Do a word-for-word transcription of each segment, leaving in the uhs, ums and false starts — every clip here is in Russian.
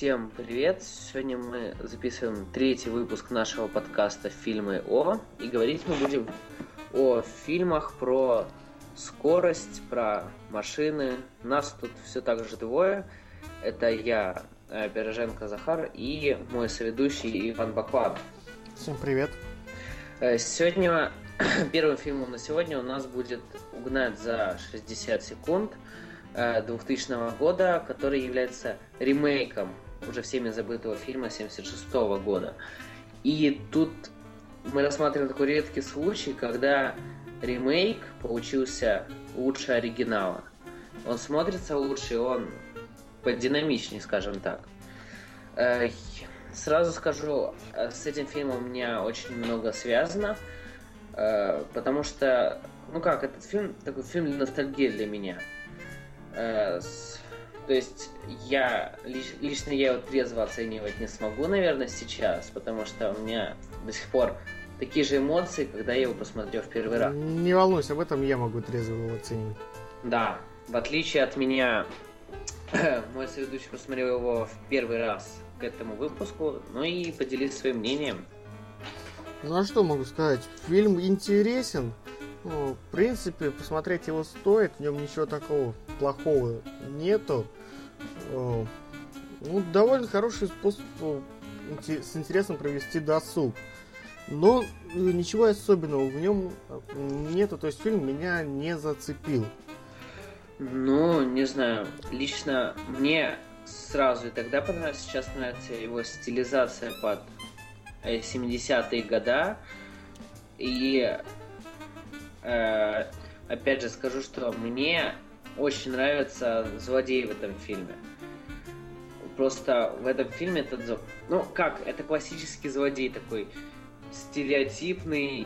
Всем привет! Сегодня мы записываем третий выпуск нашего подкаста «Фильмы О». И говорить мы будем о фильмах про скорость, про машины. Нас тут все так же двое. Это я, Береженко Захар, и мой соведущий Иван Баклан. Всем привет! Сегодня, первым фильмом на сегодня у нас будет «Угнать за шестьдесят секунд» двухтысячного года, который является ремейком уже всеми забытого фильма семьдесят шестого года. И тут мы рассматриваем такой редкий случай, когда ремейк получился лучше оригинала. Он смотрится лучше, он подинамичнее, скажем так. Сразу скажу, с этим фильмом у меня очень много связано, потому что, ну как, этот фильм, такой фильм ностальгии для меня. То есть я лично я его трезво оценивать не смогу, наверное, сейчас, потому что у меня до сих пор такие же эмоции, когда я его посмотрел в первый раз. Не волнуйся, об этом я могу трезво его оценить. Да, в отличие от меня, мой соведущий посмотрел его в первый раз к этому выпуску, ну и поделился своим мнением. Ну а что могу сказать? Фильм интересен. Ну, в принципе, посмотреть его стоит, в нем ничего такого плохого нету. Ну, довольно хороший способ с интересом провести досуг. Но ничего особенного в нем нету, то есть фильм меня не зацепил. Ну, не знаю, лично мне сразу и тогда понравилось, сейчас нравится его стилизация под семидесятые года. И э, опять же скажу, что мне очень нравится злодей в этом фильме. Просто в этом фильме этот... Ну, как, это классический злодей такой, стереотипный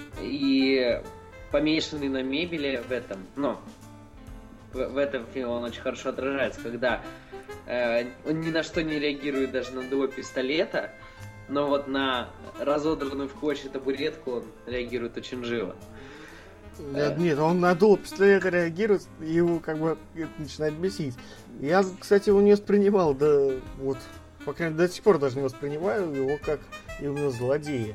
и помешанный на мебели в этом. Но в, в этом фильме он очень хорошо отражается, когда э, он ни на что не реагирует, даже на дуло пистолета, но вот на разодранную в клочья табуретку он реагирует очень живо. Нет, нет, он на дуло пистолета реагирует, и его как бы это начинает бесить. Я, кстати, его не воспринимал, да вот, по крайней мере, до сих пор даже не воспринимаю его как именно злодея.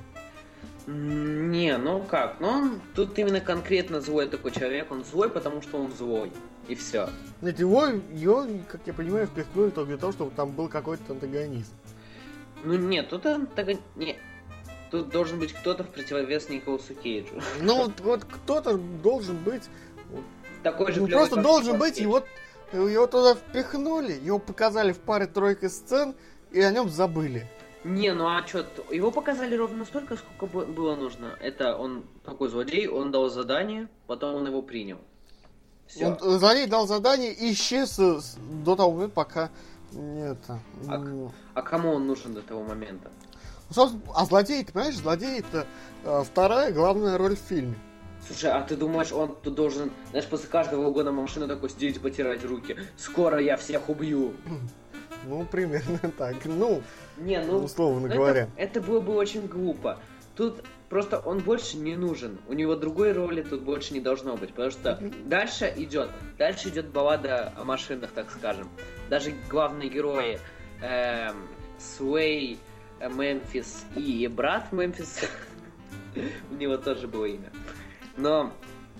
Не, ну как, ну он тут именно конкретно злой такой человек, он злой, потому что он злой, и все. Нет, его, его, как я понимаю, впихнули только для того, чтобы там был какой-то антагонист. Ну нет, тут антагонист... Не. Тут должен быть кто-то в противовес Николасу Кейджу. Ну вот, вот кто-то должен быть. Такой же ну, клёвый, просто должен быть, его, его туда впихнули, его показали в паре-тройке сцен, и о нем забыли. Не, ну а что, его показали ровно столько, сколько было нужно. Это он такой злодей, он дал задание, потом он его принял. Все. Он, злодей дал задание и исчез до того момента, пока... Нет. А, ну... а кому он нужен до того момента? А злодей, ты понимаешь, злодей это э, вторая главная роль в фильме. Слушай, а ты думаешь, он тут должен, знаешь, после каждого угона машины такой сидеть и потирать руки? Скоро я всех убью. Ну, примерно так. Ну, не, ну условно ну, говоря. Это, это было бы очень глупо. Тут просто он больше не нужен. У него другой роли тут больше не должно быть. Потому что дальше идет, дальше идет баллада о машинах, так скажем. Даже главные герои эм, Суэй, Мемфис и брат Мемфис, у него тоже было имя. Но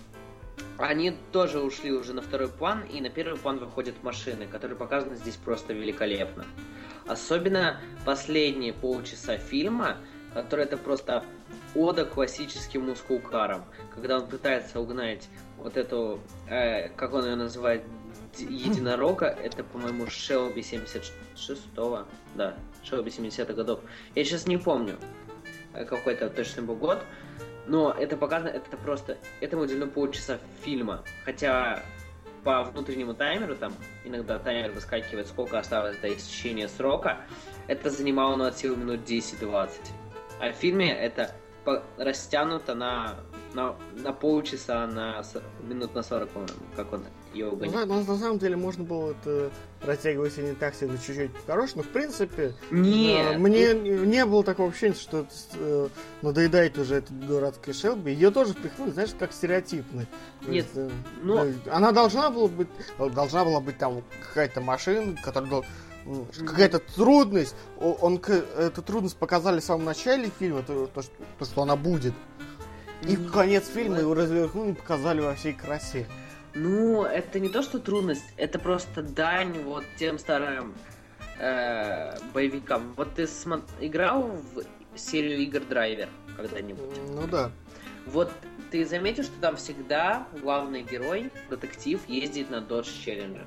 они тоже ушли уже на второй план, и на первый план выходят машины, которые показаны здесь просто великолепно. Особенно последние полчаса фильма, которые это просто ода классическим мускулкарам, когда он пытается угнать вот эту, э, как он ее называет, единорога, это, по-моему, Шелби семьдесят шестого, да, Шелби семидесятых годов. Я сейчас не помню, какой-то точный был год, но это показано, это просто, этому уделено полчаса фильма, хотя по внутреннему таймеру, там иногда таймер выскакивает, сколько осталось до истечения срока, это занимало, ну, от силы минут десять-двадцать. А в фильме это растянуто на, на, на полчаса, на минут на сорок, по-моему, как он ее угоняет. Ну, на, на самом деле можно было это растягивать и не так сильно чуть-чуть хорош, но в принципе Нет, э, мне ты... не было такого ощущения, что э, надоедает уже эта дурацкая Шелби. Ее тоже впихнули, знаешь, как стереотипный. Нет, есть, э, но... Она должна была быть, должна была быть там какая-то машина, которая какая-то трудность. Он, эту трудность показали в самом начале фильма, то, то, то что она будет. И в конец фильма его развернули и показали во всей красе. Ну, это не то, что трудность, это просто дань вот тем старым э, боевикам. Вот ты смо- играл в серию игр Драйвер когда-нибудь? Ну да. Вот ты заметил, что там всегда главный герой, детектив, ездит на Dodge Challenger?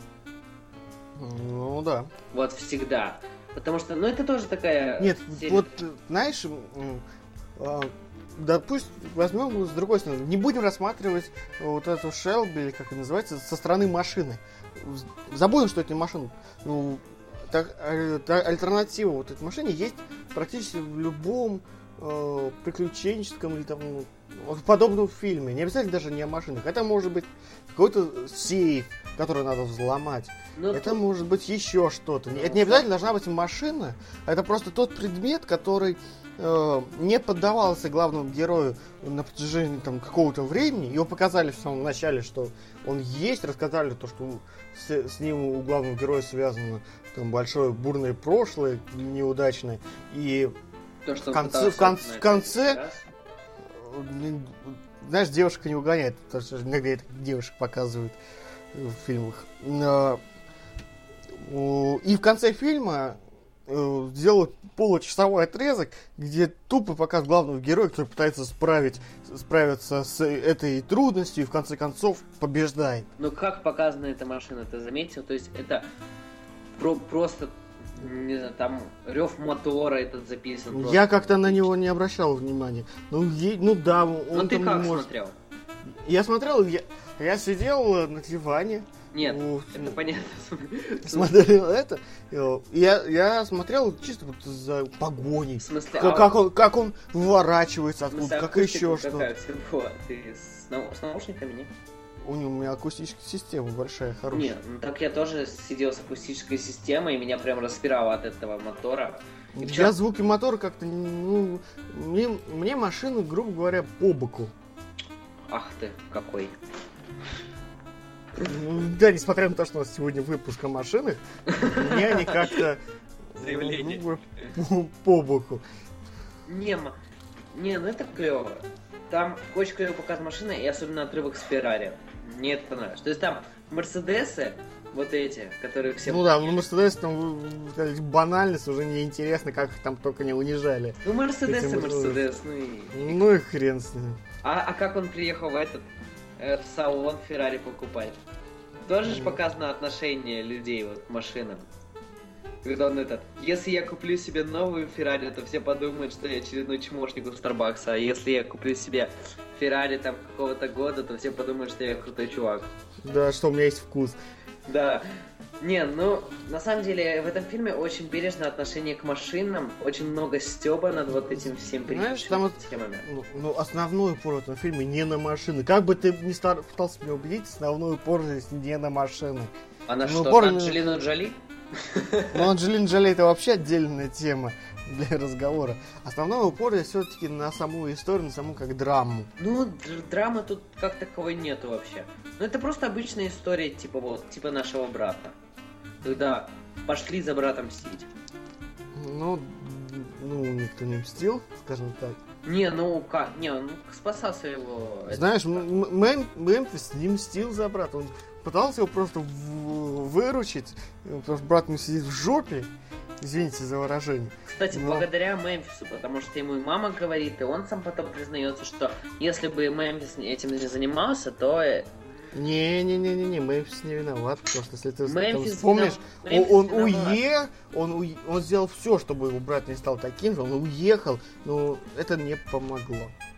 Ну да. Вот всегда. Потому что, ну это тоже такая... Нет, серия... вот, знаешь... Допустим, возьмем с другой стороны, не будем рассматривать вот эту Шелби, или как это называется, со стороны машины. Забудем, что это не машина. Ну, так, так, альтернатива вот этой машине есть практически в любом э, приключенческом или там в подобном фильме. Не обязательно даже не о машинах. Это может быть какой-то сейф, который надо взломать. Но это тут... может быть еще что-то. Ну, это не обязательно должна быть машина. Это просто тот предмет, который не поддавался главному герою на протяжении там, какого-то времени. Его показали в самом начале, что он есть, рассказали то, что с, с ним у главного героя связано там, большое бурное прошлое, неудачное. И то, что в конце, в конце, в конце знаешь, девушка не угоняет, потому что иногда это девушек показывают в фильмах. И в конце фильма сделают получасовой отрезок, где тупо показ главного героя, который пытается справить, справиться с этой трудностью и в конце концов побеждает. Ну как показана эта машина, ты заметил? То есть это про- просто, не знаю, там рев мотора этот записан. Просто. Я как-то на него не обращал внимания. Ну, е- ну да, он Ну ты как может... смотрел? Я смотрел, я, я сидел на диване. Нет, у... это понятно. Смотрел это. Я, я смотрел чисто вот за погоней. В смысле? Как, а... как, он, как он выворачивается откуда, как еще что. Ты с, нау... с наушниками, не? У него у меня акустическая система большая, хорошая. Нет, ну так я тоже сидел с акустической системой, и меня прям распирало от этого мотора. И я чем... звуки мотора как-то, ну, мне, мне машины, грубо говоря, по боку. Ах ты, какой. Да, несмотря на то, что у нас сегодня выпуск о машинах, мне они как-то заявление по, по боку. Не, не, ну это клево. Там очень клево показана машина, и особенно отрывок с Феррари. Мне это понравилось. То есть там Мерседесы, вот эти, которые все... Ну да, ну Мерседес там банальность, уже неинтересно, как их там только не унижали. Ну Мерседес и Мерседес, ну и... Ну и хрен с ним. А, а как он приехал в этот... в салон Феррари покупать. Тоже же показано отношение людей вот к машинам. Когда он этот, если я куплю себе новую Феррари, то все подумают, что я очередной чмошник у Старбакса. А если я куплю себе Феррари там какого-то года, то все подумают, что я крутой чувак. Да, что у меня есть вкус. Да. Не, ну, на самом деле, в этом фильме очень бережное отношение к машинам, очень много стёба над вот этим всем приключениями. Темами. Ну, ну, основной упор в этом фильме не на машины. Как бы ты ни стар, пытался меня убедить, основной упор здесь не на машины. А на ну, что, упор... на Анджелину Джоли? Ну, Анджелина Джоли это вообще отдельная тема для разговора. Основной упор здесь все-таки на саму историю, на саму как драму. Ну, д- драмы тут как таковой нету вообще. Ну, это просто обычная история, типа вот, типа нашего брата. Когда пошли за братом мстить. Ну, ну, никто не мстил, скажем так. Не, ну как, не, он спасал своего... Знаешь, Мэм, Мемфис не мстил за брата, он пытался его просто в- выручить, потому что брат не сидит в жопе, извините за выражение. Кстати, Но... благодаря Мемфису, потому что ему и мама говорит, и он сам потом признается, что если бы Мемфис этим не занимался, то... Не-не-не-не, Мемфис не виноват, потому что если ты Мемфис вспомнишь, винов... он, он уехал, он, у... он сделал все, чтобы его брат не стал таким же, он уехал, но это не помогло.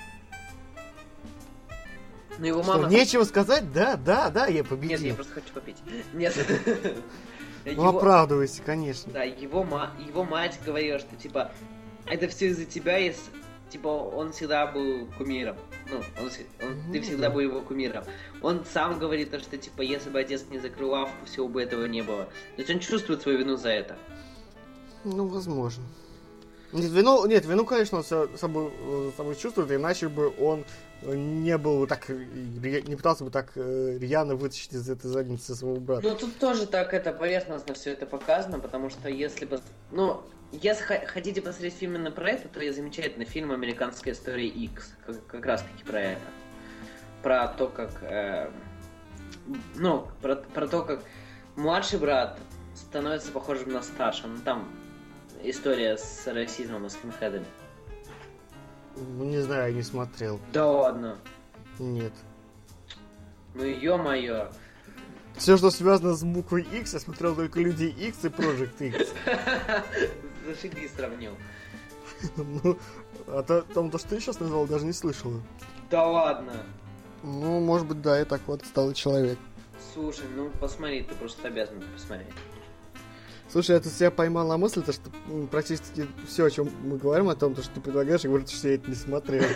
Но его что, мама... нечего сказать? Да, да, да, я победил. Нет, я просто хочу попить. Нет. Ну его... оправдывайся, конечно. Да, его, ма... его мать говорила, что типа, это все из-за тебя, если... Типа, он всегда был кумиром. Ну, он, он, mm-hmm. ты всегда был его кумиром. Он сам говорит, что, типа, если бы отец не закрыл лавку, всего бы этого не было. То есть он чувствует свою вину за это. Ну, возможно. Нет, вину, нет, вину, конечно, он с собой, с собой чувствует, иначе бы он не был так, не пытался бы так рьяно вытащить из этой задницы своего брата. Ну, тут тоже так это поверхностно все это показано, потому что если бы... Ну, если хотите посмотреть фильм именно про это, то есть замечательный фильм «Американская история Икс», как, как раз таки про это. Про то, как... Э, ну, про, про то, как младший брат становится похожим на старшего. Ну, там история с расизмом и скинхедами. Не знаю, я не смотрел. Да ладно? Нет. Ну, ё-моё. Все, что связано с буквой X, я смотрел только Люди X и Project X. Зашибись сравнил. Ну, а то, там то, что ты сейчас назвал, даже не слышал. Да ладно? Ну, может быть, да, я так вот стал человек. Слушай, ну посмотри, ты просто обязан посмотреть. Слушай, я тут себя поймал на мысли, то, что практически все, о чем мы говорим, о том, что ты предлагаешь, и говоришь, что я это не смотрел.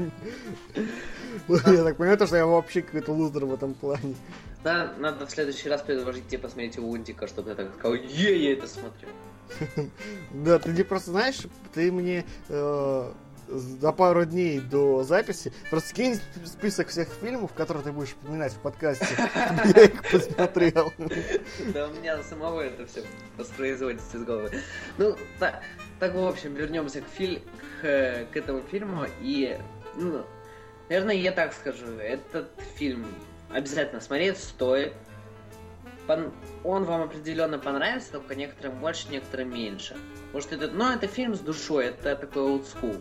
Я так понимаю, что я вообще какой-то лузер в этом плане. Да, надо в следующий раз предложить тебе посмотреть Лунтика, чтобы ты так сказал, е, я это смотрю. Да, ты не просто знаешь, ты мне за пару дней до записи просто скинь список всех фильмов, которые ты будешь упоминать в подкасте, чтобы я их посмотрел. Да, у меня самого это все воспроизводится из головы. Ну, так, так в общем, вернемся к, филь... к, к этому фильму. И, ну, наверное, я так скажу, этот фильм обязательно смотреть стоит. Он вам определенно понравится, только некоторым больше, некоторым меньше. Потому что это, ну, это фильм с душой, это такой old school.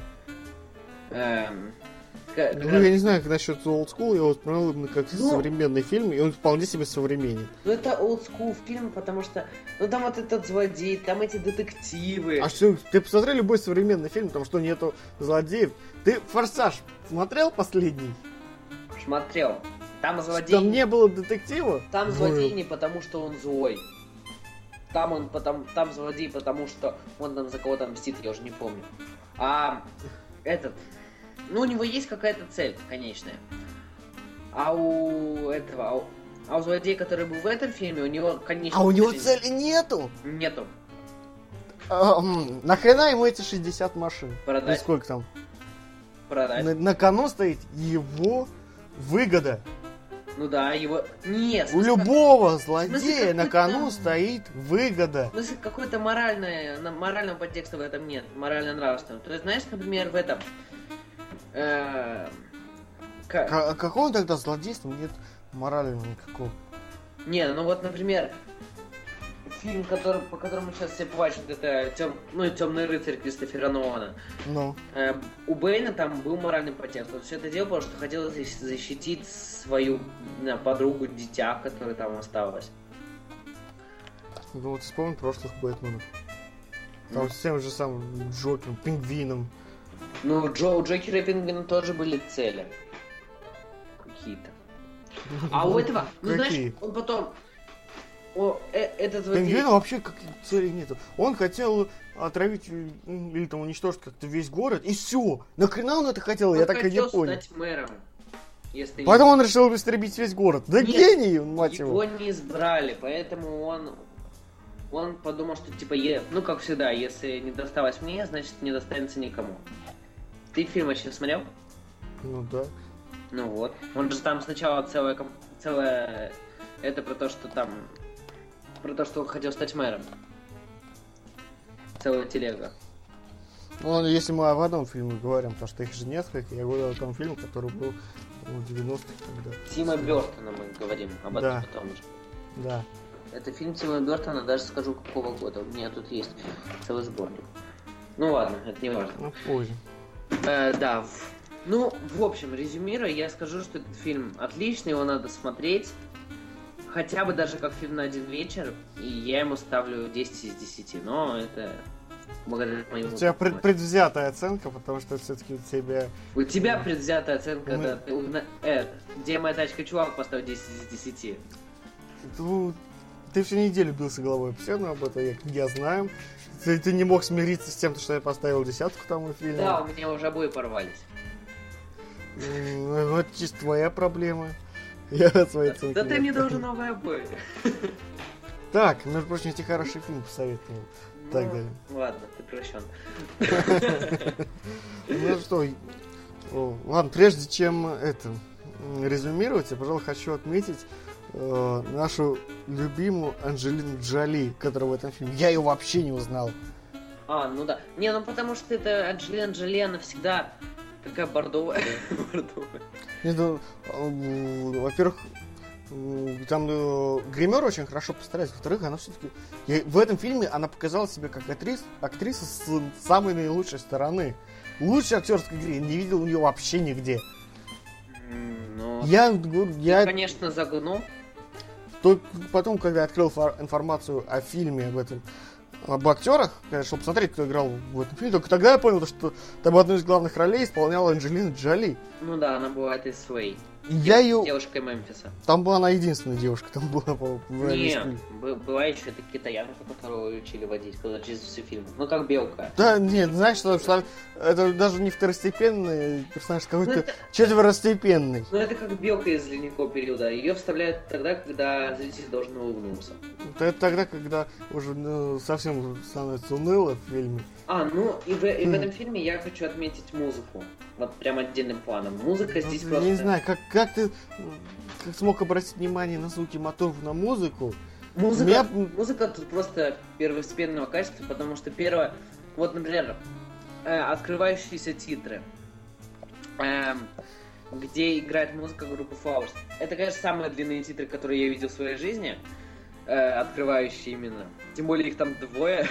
Эм, как, ну, раз... я не знаю, как насчет old school, я его воспринял именно как ну, современный фильм, и он вполне себе современен. Ну, это old school фильм, потому что, ну, там вот этот злодей, там эти детективы. А что, ты посмотри любой современный фильм, там что, нету злодеев? Ты «Форсаж» смотрел последний? Смотрел. Там злодей... Там не было детектива? Там злодей не потому, что он злой. Там он потому... Там злодей, потому что он там за кого-то мстит, я уже не помню. А этот... Ну, у него есть какая-то цель конечная. А у этого... А у, а у злодея, который был в этом фильме, у него конечная... А у него цели нету? Нету. А, нахрена ему эти шестьдесят машин? Продать. Ну, сколько там? Продать. На, на кону стоит его выгода. Ну да, его... Нет, у любого злодея на кону стоит выгода. В смысле, какой-то моральное, морального подтекста в этом нет, морально-нравственного. То есть, знаешь, например, в этом... Э, как? А какого тогда злодейства нет морального никакого? Не, ну вот, например, фильм, который, по которому сейчас все плачут, это тем, ну, «Темный рыцарь» Кристофера Нолана. Ну. Э, у Бэйна там был моральный подтекст. Он все это делал, потому что хотел защитить свою не, подругу, дитя, которое там осталось. Ну вот вспомни прошлых Бэтменов. Там mm. с тем же самым Джокером, Пингвином. Ну, Джо, у Джокера и Пингвина тоже были цели. Какие-то. А у этого, ну знаешь, он потом... О, э, этот злодей... Пингвина вообще каких целей нету. Он хотел отравить или там уничтожить как-то весь город, и все. Нахрена он это хотел, он я так и не понял. Он хотел стать мэром. Если Потом не... он решил истребить весь город. Да нет, гений он, мать его. Его не избрали, поэтому он... Он подумал, что типа, е... ну как всегда, если не досталось мне, значит не достанется никому. Ты фильм вообще смотрел? Ну да. Ну вот. Он же там сначала целая... целая... Это про то, что там... Про то, что он хотел стать мэром. Целая телега. Ну, если мы об одном фильме говорим, потому что их же несколько, я говорю о том фильме, который был в девяностых когда. Тима Бёртона мы говорим об этом да. потом же. Да. Это фильм Тима Бёртона, даже скажу какого года. У меня тут есть целый сборник. Ну ладно, это не важно. Ну, позже. Э, да. Ну, в общем, резюмируя, я скажу, что этот фильм отличный, его надо смотреть. Хотя бы даже как фильм на один вечер, и я ему ставлю десять из десяти, но это благодаря моему... У тебя пред- предвзятая оценка, потому что все-таки у тебя... У тебя предвзятая оценка, Мы... да. Ты, э, где моя тачка, чувак, поставил десять из десяти. Ты, ты всю неделю бился головой об стену об этом, я, я знаю. Ты, ты не мог смириться с тем, что я поставил десятку тому фильму. Да, у меня уже обои порвались. Ну, это чисто твоя проблема. Я свои оценки. Да ты мне должен новые обои. Так, между прочим, я тебе хороший фильм посоветовал. и так далее. Ладно, ты прощен. Ну что, ладно, прежде чем это резюмировать, я, пожалуй, хочу отметить э, нашу любимую Анджелину Джоли, которая в этом фильме. Я ее вообще не узнал. А, ну да. Не, ну потому что это Анджелина Джоли, она всегда такая бордовая. бордовая. Нет, ну, э, во-первых, э, там э, гример очень хорошо постарается. Во-вторых, она все-таки... Я, в этом фильме она показала себя как актрис, актриса с самой наилучшей стороны. Лучшей актерской игры я не видел у нее вообще нигде. Ну, я, я, ты, конечно, загнул. Только потом, когда я открыл фор- информацию о фильме, об этом, об актерах, чтобы посмотреть, кто играл в этом фильме, только тогда я понял, что там одну из главных ролей исполняла Анджелина Джоли. Ну да, она была этой своей. Я ее... Девушкой Мемфиса. Там была она единственная девушка, там была, по-моему, в Не, б- была еще эта китаянка, которую учили водить, когда через всю фильм. Ну, как белка. Да, нет, знаешь, что, что это даже не второстепенный персонаж, какой-то ну, это... четверостепенный. Ну, это как белка из ледникового периода. Ее вставляют тогда, когда зритель должен улыбнуться. Это тогда, когда уже ну, совсем становится уныло в фильме. А, ну, и в, и в этом фильме я хочу отметить музыку. Вот прям отдельным планом. Музыка здесь ну, просто... Я не знаю, как, как ты как смог обратить внимание на звуки моторов, на музыку? Музыка, Меня... музыка тут просто первостепенного качества, потому что первое... Вот, например, э, открывающиеся титры, э, где играет музыка группы Flowers. Это, конечно, самые длинные титры, которые я видел в своей жизни. Э, открывающие именно. Тем более их там двое.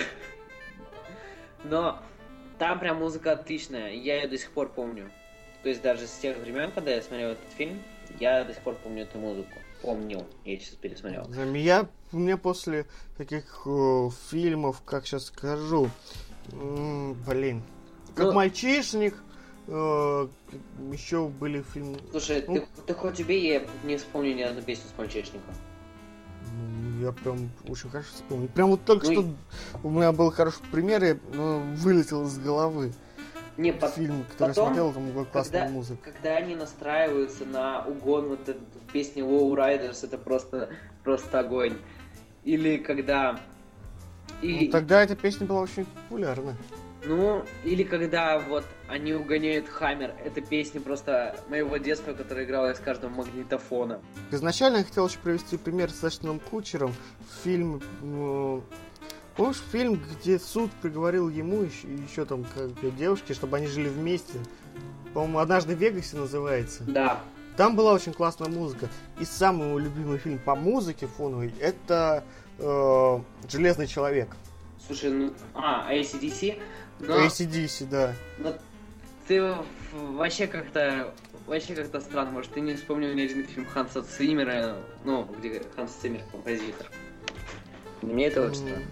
Но там прям музыка отличная, я ее до сих пор помню. То есть даже с тех времен, когда я смотрел этот фильм, я до сих пор помню эту музыку. Помнил, я сейчас пересмотрел. Я, мне после таких э, фильмов, как сейчас скажу, м- блин, как ну, «Мальчишник», э, еще были фильмы... Слушай, ну, ты, ты хоть убей, я не вспомню ни одну песню с «Мальчишника». Я прям очень хорошо вспомнил. Прям вот только ну, что у меня был хороший пример, и ну, вылетел из головы. Не, по- фильм, который потом, смотрел, там была классная когда, музыка. Когда они настраиваются на угон вот этой песни Low Riders, это просто, просто огонь. Или когда... И... Ну, тогда эта песня была очень популярна. Ну, или когда вот они угоняют Хаммер. Это песня просто моего детства, которая играла из каждого магнитофона. Изначально я хотел еще привести пример с Эштоном Кутчером. Фильм... Э, помнишь фильм, где суд приговорил ему еще, еще там как девушке, чтобы они жили вместе? По-моему, «Однажды в Вегасе» называется. Да. Там была очень классная музыка. И самый мой любимый фильм по музыке фоновой это э, «Железный человек». Слушай, ну... А, эй си ди си? Но... эй си ди си, да. Но ты вообще как-то... Вообще как-то странно, может, ты не вспомнил ни один фильм Ханса Циммера, ну, где Ханс Циммер композитор. Для меня это очень странно.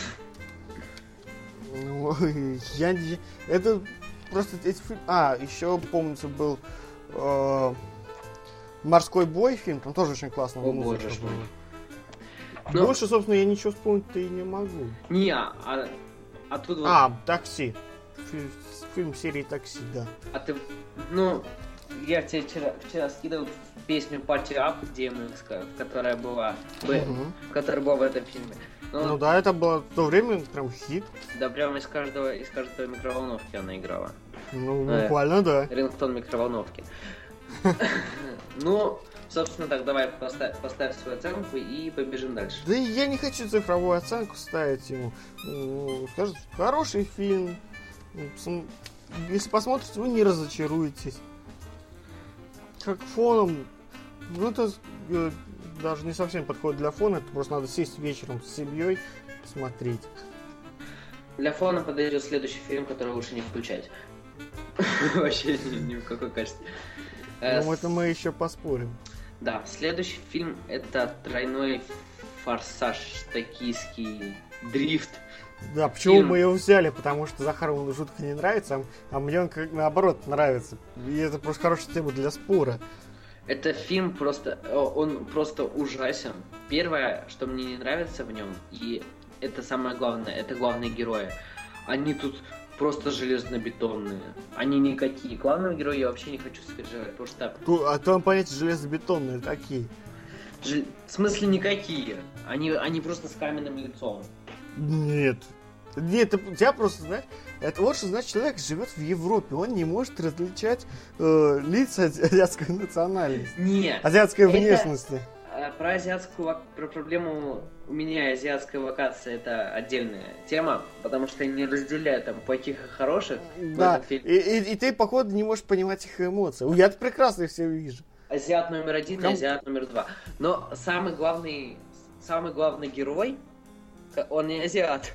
Ну, я не... Это просто... Эти фильмы... А, еще, помнится, был э, «Морской бой» фильм, там тоже очень классная О, музыка боже была. Но... Больше, собственно, я ничего вспомнить-то и не могу. Не, а... А тут вот... А, «Такси». Фильм, фильм серии «Такси», да. А ты... Ну, я тебе вчера, вчера скидывал песню «Party Up» ди эм икс, которая была... Uh-huh. Которая была в этом фильме. Ну, ну да, это было в то время прям хит. Да, прямо из каждого, из каждой микроволновки она играла. Ну, буквально, да. Рингтон микроволновки. Ну, собственно, так, давай поставь, поставь свою оценку и побежим дальше. Да я не хочу цифровую оценку ставить ему. Скажут, хороший фильм. Если посмотрите, вы не разочаруетесь. Как фоном, ну это даже не совсем подходит для фона, это просто надо сесть вечером с семьей, посмотреть. Для фона подойдет следующий фильм, который лучше не включать. Вообще ни в какой качестве. Ну, это мы еще поспорим. Да, следующий фильм это «Тройной форсаж», токийский дрифт. Да, почему фильм. Мы его взяли? Потому что Захарову жутко не нравится, а мне он как наоборот нравится. И это просто хорошая тема для спора. Это фильм просто, он просто ужасен. Первое, что мне не нравится в нем, и это самое главное, это главные герои. Они тут просто железнобетонные. Они никакие. Главного героя я вообще не хочу содержать, потому что... А там понятие железнобетонные такие. Ж... В смысле никакие. Они, они просто с каменным лицом. Нет. Нет, это, тебя просто, знаешь, это вот что значит, человек живет в Европе, он не может различать э, лица азиатской национальности. Нет. Азиатской это, внешности. Про азиатскую, про проблему у меня азиатская локация это отдельная тема, потому что я не разделяю там плохих и хороших. Да, и, и, и ты, походу, не можешь понимать их эмоции. Я-то прекрасно все вижу. Азиат номер один и Ком... азиат номер два. Но самый главный, самый главный герой, он не азиат.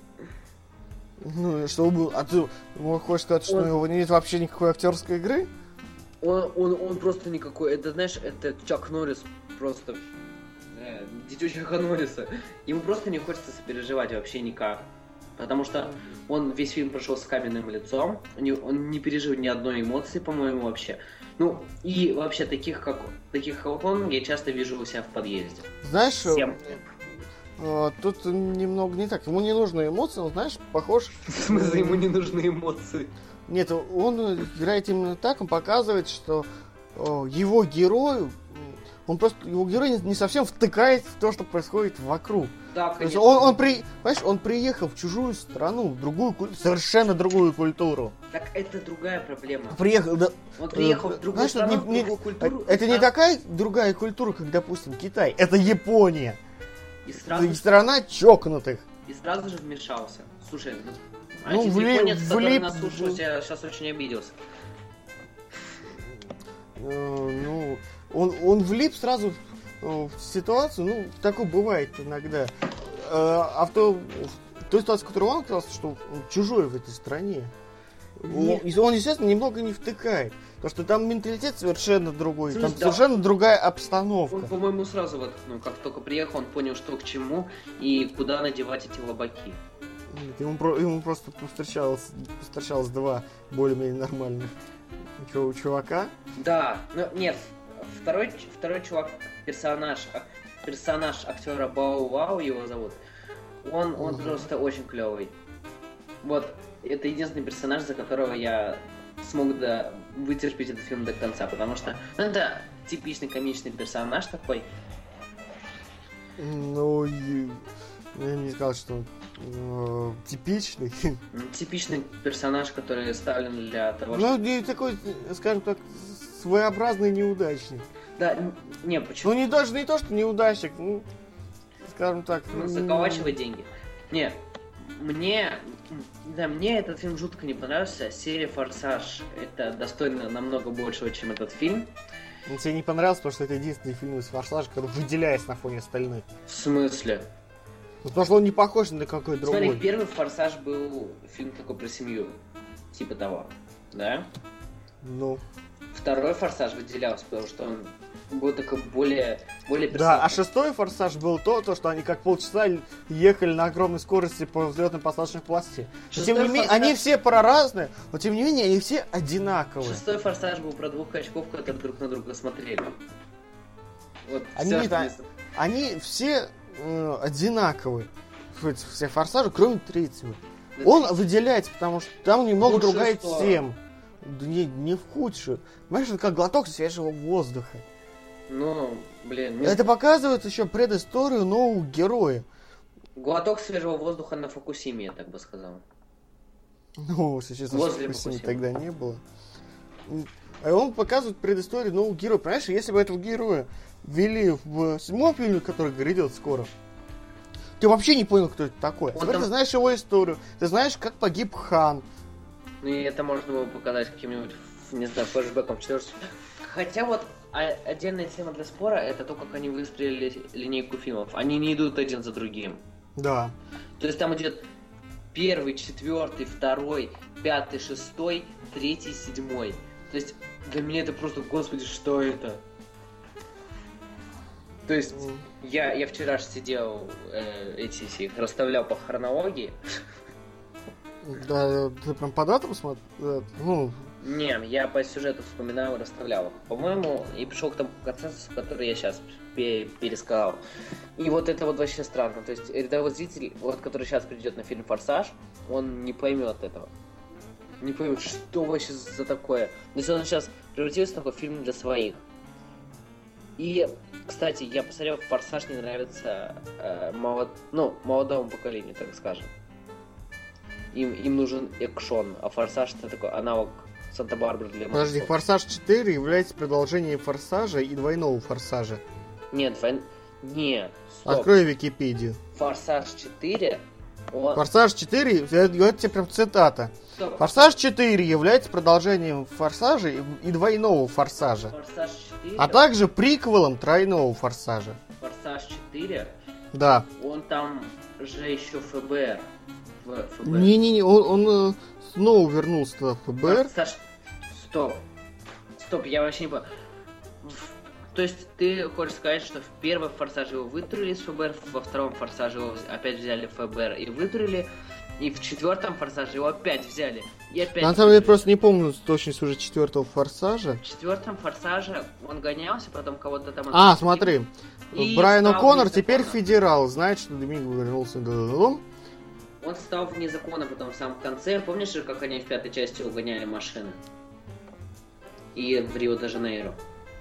Ну, что был? А ты хочешь сказать, что он... у него нет вообще никакой актерской игры? Он, он, он просто никакой. Это, знаешь, это Чак Норрис просто. Э, дитё Чака Норриса. Ему просто не хочется сопереживать вообще никак. Потому что он весь фильм прошел с каменным лицом. Он не пережил ни одной эмоции, по-моему, вообще. Ну, и вообще таких, как, таких, как он, я часто вижу у себя в подъезде. Знаешь, Всем. Тут немного не так. Ему не нужны эмоции, он, знаешь, похож... В смысле, ему не нужны эмоции? Нет, он играет именно так, он показывает, что о, его герою, он просто, его герой не совсем втыкает в то, что происходит вокруг. Да, конечно. То есть он, он, при, понимаешь, он приехал в чужую страну, в другую, совершенно другую культуру. Так это другая проблема. Приехал, да, он приехал э, в другую знаешь, страну, не, в другую культуру. Это не такая другая культура, как, допустим, Китай, это Япония. И сразу и страна чокнутых. И сразу же вмешался. Слушай, ну, ну один влип, японец, который влип, нас слушал, я сейчас очень обиделся. Э, ну, он, он влип сразу в ситуацию, ну, такое бывает иногда. А в, то, в той ситуации, в которой он оказался, что он чужой в этой стране, он, он, естественно, немного не втыкает. Потому что там менталитет совершенно другой, Слушай, там да. совершенно другая обстановка. Он, по-моему, сразу вот, ну, как только приехал, он понял, что к чему и куда надевать эти лобаки. Нет, ему, ему просто повстречалось, повстречалось два более-менее нормальных чувака. Да, ну нет, второй, второй чувак, персонаж, персонаж актера Бао Вау, его зовут, он, он угу. просто очень клевый. Вот, это единственный персонаж, за которого я смог да, вытерпеть этот фильм до конца, потому что ну, это типичный комичный персонаж такой. Ну, я не сказал, что э, типичный. Типичный персонаж, который ставлен для того, ну, чтобы... Ну, такой, скажем так, своеобразный неудачник. Да, не, почему? Ну, не даже не то, что неудачник, ну, скажем так... Ну, заколачивать деньги. Не, мне... Да, мне этот фильм жутко не понравился. Серия «Форсаж» это достойно намного большего, чем этот фильм. Он тебе не понравился, потому что это единственный фильм из «Форсажа», который выделяется на фоне остальных. В смысле? Ну, потому что он не похож на какой-то другой. Смотри, первый «Форсаж» был фильм такой про семью. Типа того. Да? Ну. Второй «Форсаж» выделялся, потому что он был такой более... более да, а шестой «Форсаж» был то, то, что они как полчаса ехали на огромной скорости по взлетно-посадочной полосе. Но, тем не менее, форсаж... они все проразные, но тем не менее они все одинаковые. Шестой «Форсаж» был про двух качков, которые друг на друга смотрели. Вот они, все, да, они все э, одинаковые. Все «Форсажи», кроме третьего. Да, он ты... выделяется, потому что там немного Лучше другая сто. Тема. Да не, не в худшую. Понимаешь, это как глоток свежего воздуха. Ну, блин... Не... Это показывает еще предысторию нового героя. Глоток свежего воздуха на Фукусиме, я так бы сказал. Ну, сейчас на Фукусиме тогда не было. А он показывает предысторию нового героя. Понимаешь, если бы этого героя ввели в седьмом фильме, который грядет скоро, ты вообще не понял, кто это такой. А теперь там... ты знаешь его историю. Ты знаешь, как погиб Хан. Ну и это можно было показать каким-нибудь, не знаю, флешбеком четырнадцать. Хотя вот отдельная тема для спора это то, как они выстроили линейку фильмов. Они не идут один за другим. Да. То есть там идет первый, четвертый, второй, пятый, шестой, третий, седьмой. То есть для меня это просто, господи, что это? То есть mm. я, я вчера же сидел, э, эти их расставлял по хронологии. Да, ты прям по датам смотрел? Ну... Не, я по сюжету вспоминал и расставлял их. По-моему, и пришел к тому консенсусу, который я сейчас пересказал. И вот это вот вообще странно. То есть рядовой зритель, вот, который сейчас придет на фильм «Форсаж», он не поймет этого. Не поймет, что вообще за такое. То есть он сейчас превратился в такой фильм для своих. И, кстати, я посмотрел, «Форсаж» не нравится э, молод... ну, молодому поколению, так скажем. Им, им нужен экшон, а Форсаж это такой аналог Санта-Барбары для мужиков. Подожди, Форсаж четыре является продолжением Форсажа и двойного Форсажа. Нет, двой... Не, стоп. Открой Википедию. Форсаж четыре... Он... Форсаж четыре, это тебе прям цитата. Стоп. Форсаж четыре является продолжением Форсажа и, и двойного Форсажа. Форсаж четыре... А также приквелом тройного Форсажа. Форсаж четыре... Да. Он там же еще ФБР. ФБР. Не-не-не, он, он э, снова вернулся туда в ФБР. Форсаж... Стоп. Стоп, я вообще не понял. То есть ты хочешь сказать, что в первом Форсаже его вытурили из ФБР, во втором Форсаже его опять взяли в ФБР и вытурили, и в четвертом Форсаже его опять взяли и опять... На самом деле, я просто не помню точно сюжет четвертого Форсажа. В четвертом Форсаже он гонялся, потом кого-то там... А, смотри. И Брайан О'Коннор вне теперь закона. федерал, знает, что Доминик вернулся на дом. Он стал вне закона потом в самом конце. Помнишь же, как они в пятой части угоняли машины? И в Рио-де-Жанейро.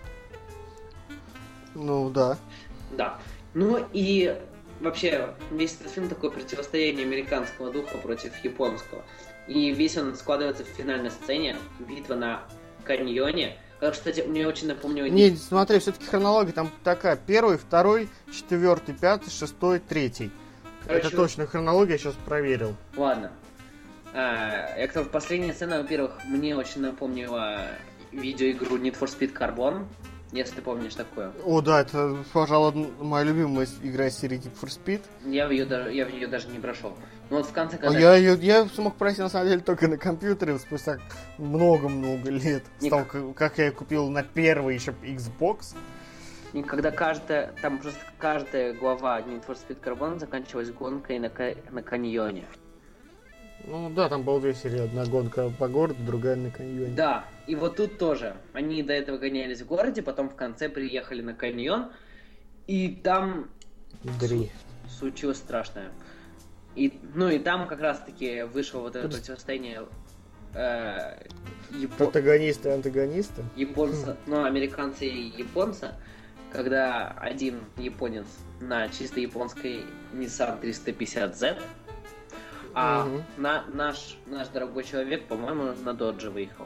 Ну, да. Да. Ну и вообще весь этот фильм такое противостояние американского духа против японского. И весь он складывается в финальной сцене. Битва на каньоне. Как, кстати, мне очень напомнил... Не, смотри, все-таки хронология там такая. Первый, второй, четвертый, пятый, шестой, третий. Короче, Это точно хронология, я сейчас проверил. Ладно. А, я кто в последняя сцена, во-первых, мне очень напомнила видеоигру Need for Speed Carbon. Если ты помнишь такое. О, да, это, пожалуй, моя любимая игра из серии Need for Speed. Я в ее даже, я в нее даже не прошел. Но вот в конце, А когда... я, ее, я смог пройти, на самом деле, только на компьютере спустя много-много лет. Ник- С того, как, как я купил на первый еще Xbox. И когда каждая, там просто каждая глава Need for Speed Carbon заканчивалась гонкой на, ка- на каньоне. Ну да, там было две серии. Одна гонка по городу, другая на каньоне. Да, и вот тут тоже. Они до этого гонялись в городе, потом в конце приехали на каньон, и там Дрифт. случилось страшное. И, ну и там как раз-таки вышло вот это Подожди. противостояние э, япо- Протагонисты и антагонисты. японца, ну, американца и японца, когда один японец на чисто японской Nissan триста пятьдесят зет, а Мгм. на, наш, наш дорогой человек, по-моему, на Додже выехал.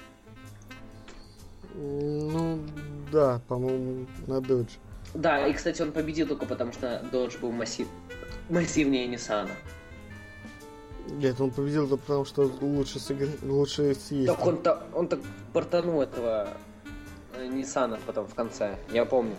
Ну, да, по-моему, на Dodge. Да, и, кстати, он победил только потому, что Dodge был массив... массивнее Ниссана. Нет, он победил только потому, что лучше, сыгр... лучше съездил. Так он, так он так бортанул этого э, Ниссана потом в конце, я помню.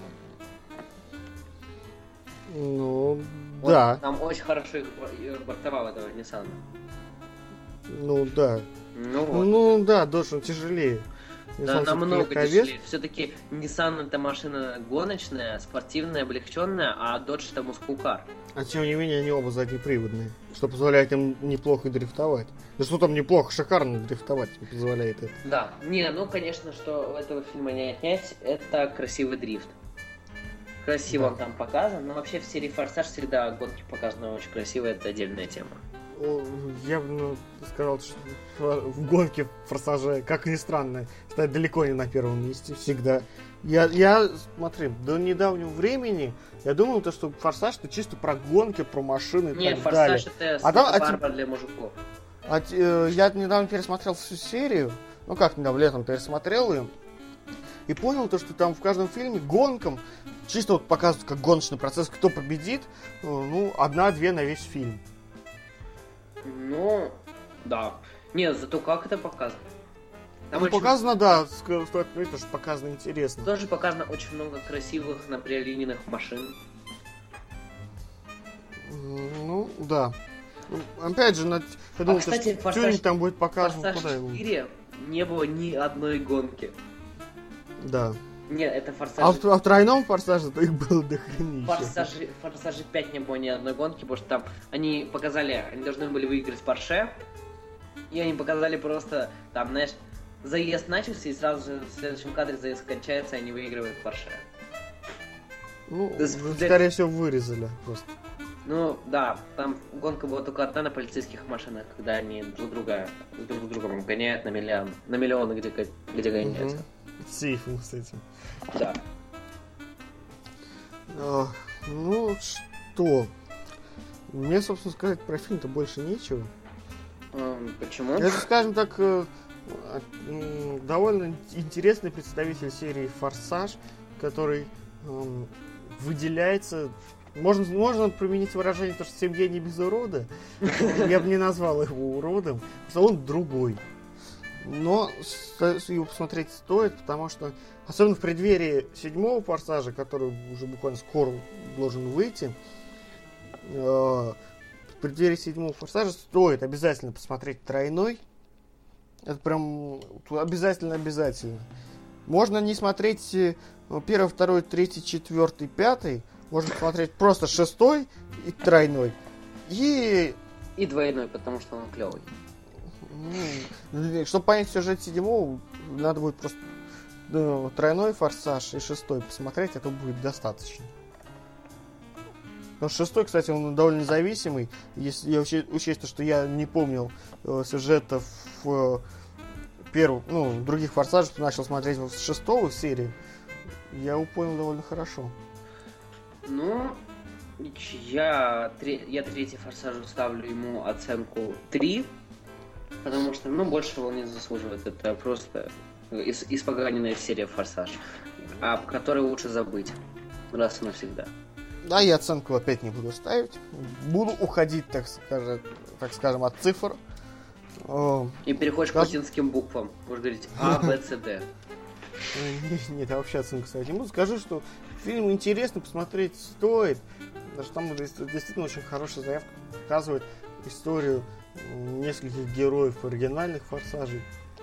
Ну, Он да. там очень хорошо их бор- бортовал этого Ниссана. Ну, да. Ну вот. Ну, да, Dodge, он тяжелее. Да, Nissan всё-таки намного легковес. дешевле. Все-таки Nissan это машина гоночная, спортивная, облегченная, а Dodge это мускулкар. А тем не менее, они оба заднеприводные, что позволяет им неплохо дрифтовать. Да что там неплохо, шикарно дрифтовать не позволяет это. Да. Не, ну конечно, что у этого фильма не отнять, это красивый дрифт. Красиво Да. он там показан, но вообще в серии Форсаж всегда гонки показаны очень красиво, это отдельная тема. О, я бы ну, сказал, что в гонке Форсажа, как ни странно, стоит далеко не на первом месте всегда. Я, я, смотри, до недавнего времени я думал, то, что Форсаж это чисто про гонки, про машины и Не, так Форсаж далее. это А там- а Санта-Барбара для мужиков. А, т- э, я недавно пересмотрел всю серию, ну как недавно, летом пересмотрел ее, и понял то, что там в каждом фильме гонкам чисто вот показывают как гоночный процесс, кто победит, э, ну, одна-две на весь фильм. Ну, да. Не, зато как это показано. Там Ну, очень- показано, да, ск- стоит отметить, что показано интересно. Тоже показано очень много красивых напрялиненных машин. М, Ну, да. Ну, опять же, на, я думаю, что кстати, что «Форсаж- тюнинг там будет В показан. Форсаж Куда его? четыре не было ни одной гонки. Да. Нет, это А Форсаж... в, а в тройном форсаже то их было дохренища. Форсажи, Форсажи пять не было ни одной гонки, потому что там они показали, они должны были выиграть Порше, и они показали просто, там, знаешь, заезд начался, и сразу же в следующем кадре заезд кончается, и они выигрывают Порше. Ну, То есть, для- скорее всего, вырезали просто. Ну, да, там гонка была только одна на полицейских машинах, когда они друг друга, друг с другом гоняют на миллион, на миллионы, где, го- где гоняются. Мгм. С сейфом с этим. Да. А, ну, что? Мне, собственно, сказать про фильм-то больше нечего. Эм, Почему? Это, скажем так, э, м, довольно интересный представитель серии «Форсаж», который эм, выделяется. Можно, можно применить выражение, то, что в семье не без урода. Я бы не назвал его уродом, потому что он другой. Но с- его посмотреть стоит, потому что, особенно в преддверии седьмого «Форсажа», который уже буквально скоро должен выйти, э, в преддверии седьмого «Форсажа» стоит обязательно посмотреть «Тройной». Это прям обязательно-обязательно. Можно не смотреть э, первый, второй, третий, четвертый, пятый. Можно посмотреть просто шестой и «Тройной». И И двойной, потому что он клевый. ну, чтобы понять сюжет седьмого, надо будет просто ну, «Тройной «Форсаж» и шестой посмотреть, это будет достаточно. Но шестой, кстати, он довольно независимый. Если я учесть, учесть то, что я не помнил э, сюжетов в э, первых, ну, других «Форсажах», начал смотреть с шестого серии, я его понял довольно хорошо. Ну, я, тре- я третий «Форсажу» ставлю ему оценку три, потому что, ну, больше он не заслуживает. Это просто ис- испоганенная серия «Форсаж», о которой лучше забыть раз и навсегда. Да, я оценку опять не буду ставить. Буду уходить, так скажем, так скажем, от цифр. О, И переходишь Скаж- к латинским буквам. Будешь говорить А, Б, С, Д. Нет, нет, я вообще оценку ставить не буду. Скажу, что фильм интересно посмотреть стоит. Даже там действительно очень хорошая заявка показывает историю нескольких героев оригинальных «Форсажей».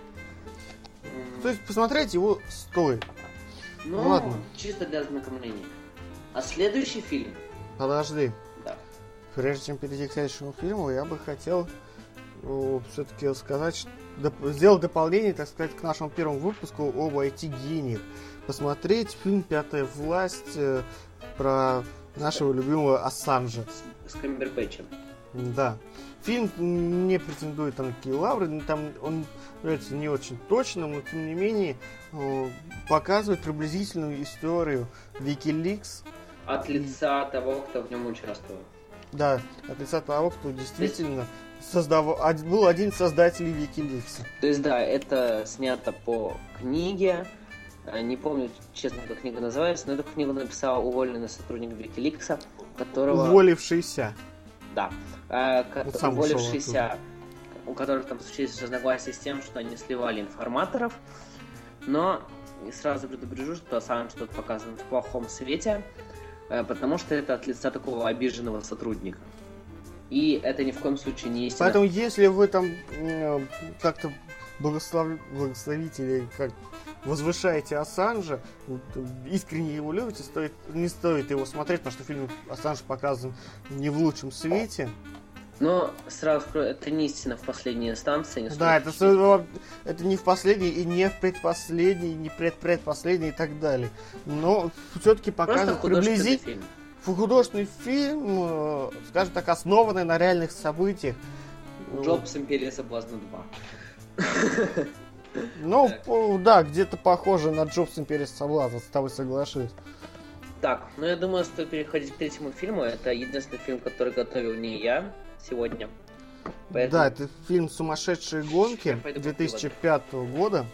То есть посмотреть его стоит. Ну, Ладно. чисто для ознакомления. А следующий фильм? Подожди. Да. Прежде чем перейти к следующему фильму, я бы хотел все-таки сказать, что доп- сделать дополнение, так сказать, к нашему первому выпуску об ай ти-гениях. Посмотреть фильм «Пятая власть» э, про нашего любимого Ассанжа. С Камбербэтчем. Да. Фильм не претендует на такие лавры, но там он является не очень точным, но тем не менее э, показывает приблизительную историю Wikileaks. От лица того, кто в нем участвовал. Да, от лица того, кто действительно создавал, од- был один из создателей Wikileaks. То есть, да, это снято по книге. А, Не помню, честно, как книга называется, но эту книгу написал уволенный сотрудник Wikileaks, которого... Уволившийся. Да. А, ко- Он сам уволившийся, у которых там случились разногласия с тем, что они сливали информаторов. Но и сразу предупрежу, что Ассанж тут показан в плохом свете, э, потому что это от лица такого обиженного сотрудника. И это ни в коем случае не истина. Поэтому, если вы там э, как-то благослов... благословите или как возвышаете Ассанжа, вот, искренне его любите, стоит... не стоит его смотреть, потому что фильм Ассанж показан не в лучшем свете. Но сразу скажу, это не истина в последней инстанции. Не Да, это, стоит со- это не в последней, и не в предпоследней, и не предпредпоследней и так далее. Но все-таки Просто показывает художественный приблизительно. фильм. Художественный фильм, э, скажем так, основанный на реальных событиях. Джобс Империя соблазна два. Ну, по- да, где-то похоже на Джобс Империя соблазна, с тобой соглашусь. Так, ну я думаю, стоит переходить к третьему фильму. Это единственный фильм, который готовил не я сегодня. Поэтому... Да, это фильм «Сумасшедшие гонки» Я пойду две тысячи пятого года.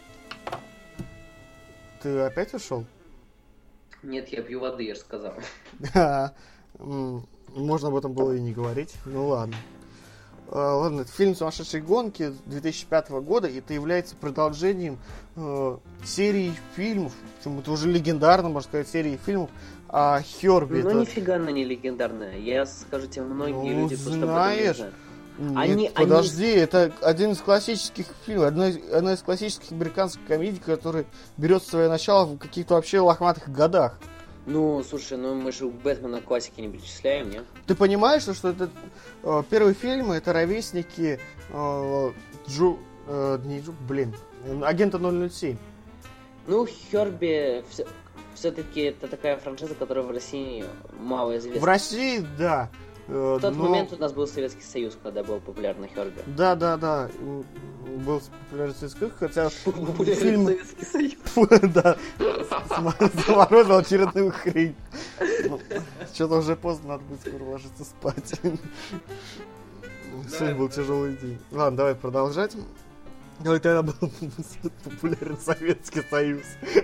Ты опять ушел? Нет, я пью воды, я же сказал. Да. М, Можно об этом было и не говорить. Ну ладно. А, Ладно, это фильм «Сумасшедшие гонки» две тысячи пятого года. И это является продолжением э, серии фильмов. Причем это уже легендарно, можно сказать, серии фильмов о Хёрби. Ну Это- нифига она не легендарная. Я скажу тебе, многие Ну, люди просто об этом не знаешь. знают. Нет, Они- подожди, это один из классических фильмов, одна из, одна из классических американских комедий, которая берет свое начало в каких-то вообще лохматых годах. Ну, слушай, ну мы же у Бэтмена классики не перечисляем, нет? Ты понимаешь, что, что это э, первые фильмы, это ровесники э, Джу, э, не Джу, блин, э, агента ноль ноль семь. Ну, Хёрби все, все-таки это такая франшиза, которая в России мало известна. В России, да. э, В тот но- момент у нас был Советский Союз, когда был популярный Хёрби. Да, да, да. м, Был популярный советский, хотя Популярный фильм... Советский Союз. Да, заморозил очередную хрень. Что-то уже поздно, надо будет скоро ложиться спать. Сегодня был тяжелый день. Ладно, давай продолжать. Ой, тогда был популярен Советский Союз.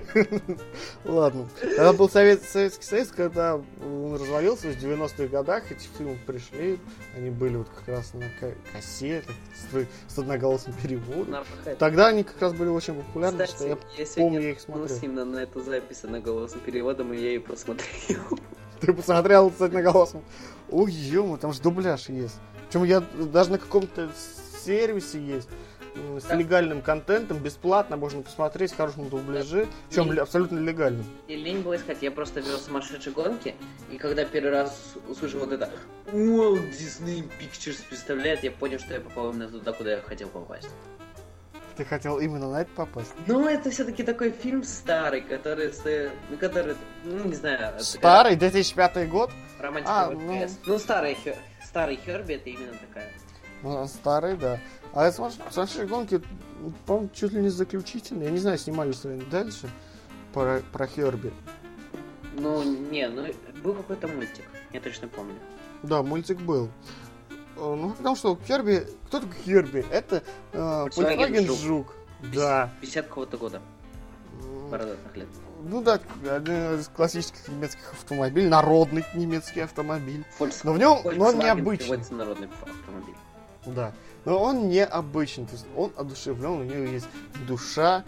Ладно. Тогда был Совет, Советский Союз, когда он развалился в девяностых годах, эти фильмы пришли, они были вот как раз на кассетах, с, с одноголосым переводом. Тогда они как раз были очень популярны, Кстати, что я, я помню, я их смотрел. именно на эту запись с одноголосым переводом, и я ее посмотрел. Ты посмотрел с одноголосым? Ой, ё-моё, там же дубляж есть. Причем я даже на каком-то сервисе есть. С так. легальным контентом, бесплатно можно посмотреть в хорошем дубляже, причем лень... абсолютно легальным. И лень было искать, я просто вел сумасшедшие гонки, и когда первый раз услышал вот это Walt Disney Pictures представляет, я понял, что я попал именно туда, куда я хотел попасть. Ты хотел именно на это попасть? Ну, это все-таки такой фильм старый, который, ну, который, ну, не знаю... Старый? две тысячи пятый год? Романтика а, ну... ну, старый, старый Херби, это именно такая. Ну, старый, да. А я смотрю, сумасшедшие гонки, по-моему, чуть ли не заключительные. Я не знаю, снимали что-нибудь дальше про, про Херби. Ну, не, ну, был какой-то мультик, я точно помню. Да, мультик был. Ну, потому что Херби... Кто такой Херби? Это э, Volkswagen Жук. Жук. Да. пятидесятого какого-то года. Бородатых лет. Ну да, один из классических немецких автомобилей. Народный немецкий автомобиль. Volks... Но в нем Volkswagen но он необычный. Народный автомобиль. Да. Но он необычный, то есть он одушевлен, у него есть душа,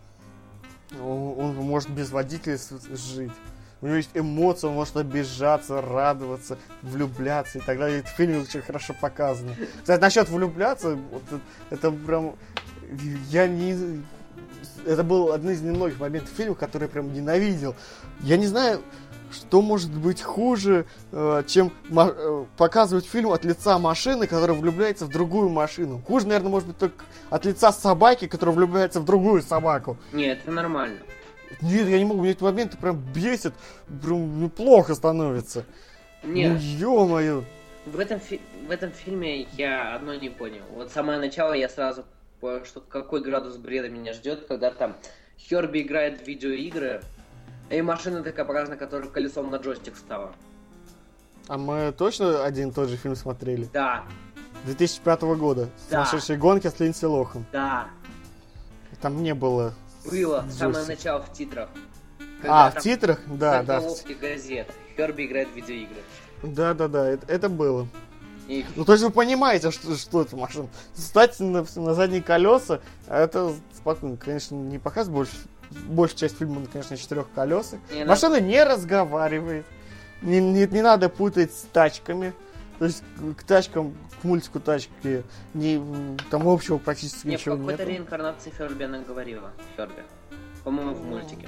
он, он может без водителя жить. У него есть эмоции, он может обижаться, радоваться, влюбляться и так далее. Это в фильме очень хорошо показано. Кстати, насчет влюбляться, вот это, это прям... Я не... Это был один из немногих моментов фильма, который я прям ненавидел. Я не знаю... Что может быть хуже, э, чем ма- э, показывать фильм от лица машины, которая влюбляется в другую машину? Хуже, наверное, может быть только от лица собаки, которая влюбляется в другую собаку. Нет, это нормально. Нет, я не могу, мне эти моменты прям бесит, прям плохо становится. Нет. Ну, ё-моё. В этом, фи- в этом фильме я одно не понял. Вот самое начало я сразу понял, что какой градус бреда меня ждет, когда там Херби играет в видеоигры, и машина такая показана, которая колесом на джойстик стала. А мы точно один и тот же фильм смотрели? Да. две тысячи пятого года. Да. Сумасшедшие гонки с Линдси Лохан. Да. Там не было... Было. Джойстик. Самое начало в титрах. А, в титрах? Да, да. В газет. Херби играет в видеоигры. Да-да-да, это, это было. И... Ну, то есть вы понимаете, что, что это машина. Встать на, на задние колеса, это спокойно, конечно, не показывает больше. Большая часть фильма, конечно, на четырех колесах. Не Машина надо... не разговаривает. Не, не, не надо путать с тачками. То есть к тачкам, к мультику тачки, не, там общего практически не, ничего нет. В какой-то реинкарнации Херби она говорила. Херби. По-моему, в мультике.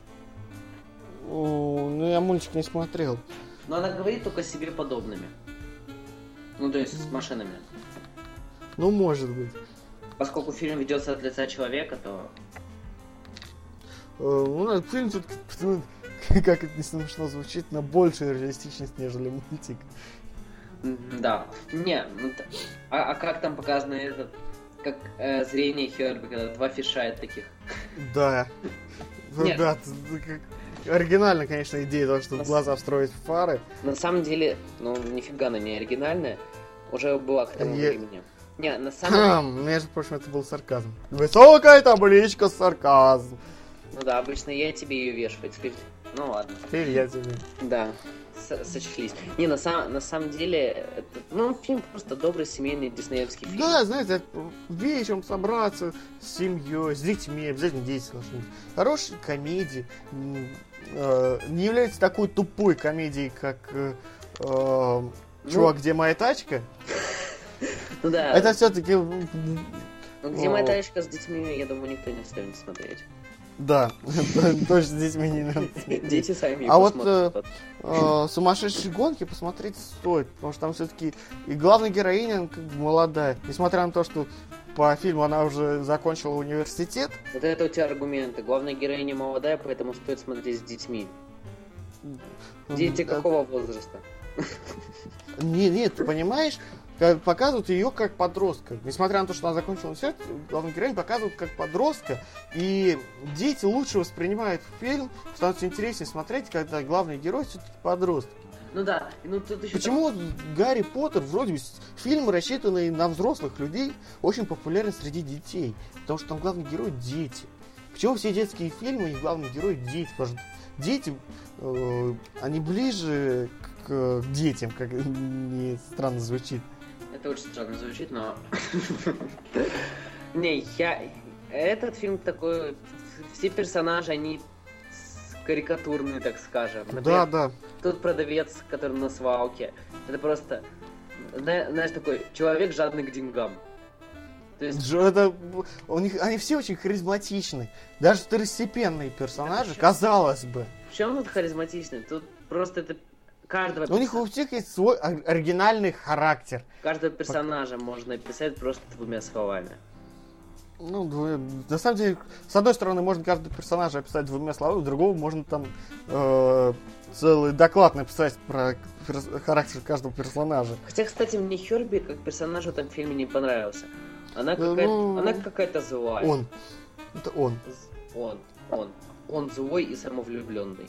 О, ну, я мультик не смотрел. Но она говорит только себе подобными. Ну, то есть с машинами. Ну, может быть. Поскольку фильм ведется от лица человека, то... Ну, фильм тут, как это не смешно звучит, на большую реалистичность, нежели мультик. Да. Не, ну, а, а как там показано этот, как э, зрение Херби, когда два фишает таких? Да. Да, оригинальная, конечно, идея того, что в глаза встроить фары. На самом деле, ну, нифига она не оригинальная. Уже была к тому времени. Не, на самом деле... Между прочим, это был сарказм. Высокая табличка сарказм. Ну да, обычно я тебе ее вешаю. Теперь... Ну ладно. Теперь я тебе. Да, С- сочлись. Не, на, сам... на самом деле, это... ну, фильм просто добрый семейный диснеевский фильм. Да, знаете, вечером собраться с семьей, с детьми, обязательно дети должны быть. Хорошие комедии. Э, не является такой тупой комедией, как э, э, «Чувак, где моя тачка?» Ну да. Это все-таки... «Где моя тачка» с детьми, я думаю, никто не станет смотреть. Да, точно с детьми не надо. Дети сами. А вот э, «Сумасшедшие гонки» посмотреть стоит, потому что там все-таки и главная героиня как бы молодая, несмотря на то, что по фильму она уже закончила университет. Вот это у тебя аргументы. Главная героиня молодая, поэтому стоит смотреть с детьми. Дети какого возраста? Нет, нет, ты понимаешь, показывают ее как подростка. Несмотря на то, что она закончила университет, главную героиню показывают как подростка. И дети лучше воспринимают фильм, становится интереснее смотреть, когда главный герой все-таки подросток. Ну да. Ну, тут еще Почему там... Гарри Поттер, вроде бы, фильмы, рассчитанные на взрослых людей, очень популярны среди детей? Потому что там главный герой дети. Почему все детские фильмы и главный герой дети? Потому что дети, э, они ближе к, к детям, как не странно звучит. Это очень странно звучит, но... Не, я... Этот фильм такой... Все персонажи, они карикатурные, так скажем. Да, да. Тут продавец, который на свалке. Это просто... Знаешь, такой человек, жадный к деньгам. То есть... Это, у них, они все очень харизматичны. Даже второстепенные персонажи, да, казалось бы. В чем тут харизматичный? Тут просто это... Каждого у них у всех есть свой оригинальный характер. Каждого персонажа Пока... можно описать просто двумя словами. Ну, двумя... на самом деле, с одной стороны, можно каждого персонажа описать двумя словами, с другого можно там э, целый доклад написать про перс... характер каждого персонажа. Хотя, кстати, мне Херби как персонаж в этом фильме не понравился. Она какая-то, ну... Она какая-то злая. Он. Это он. Он. Он. Он злой и самовлюбленный.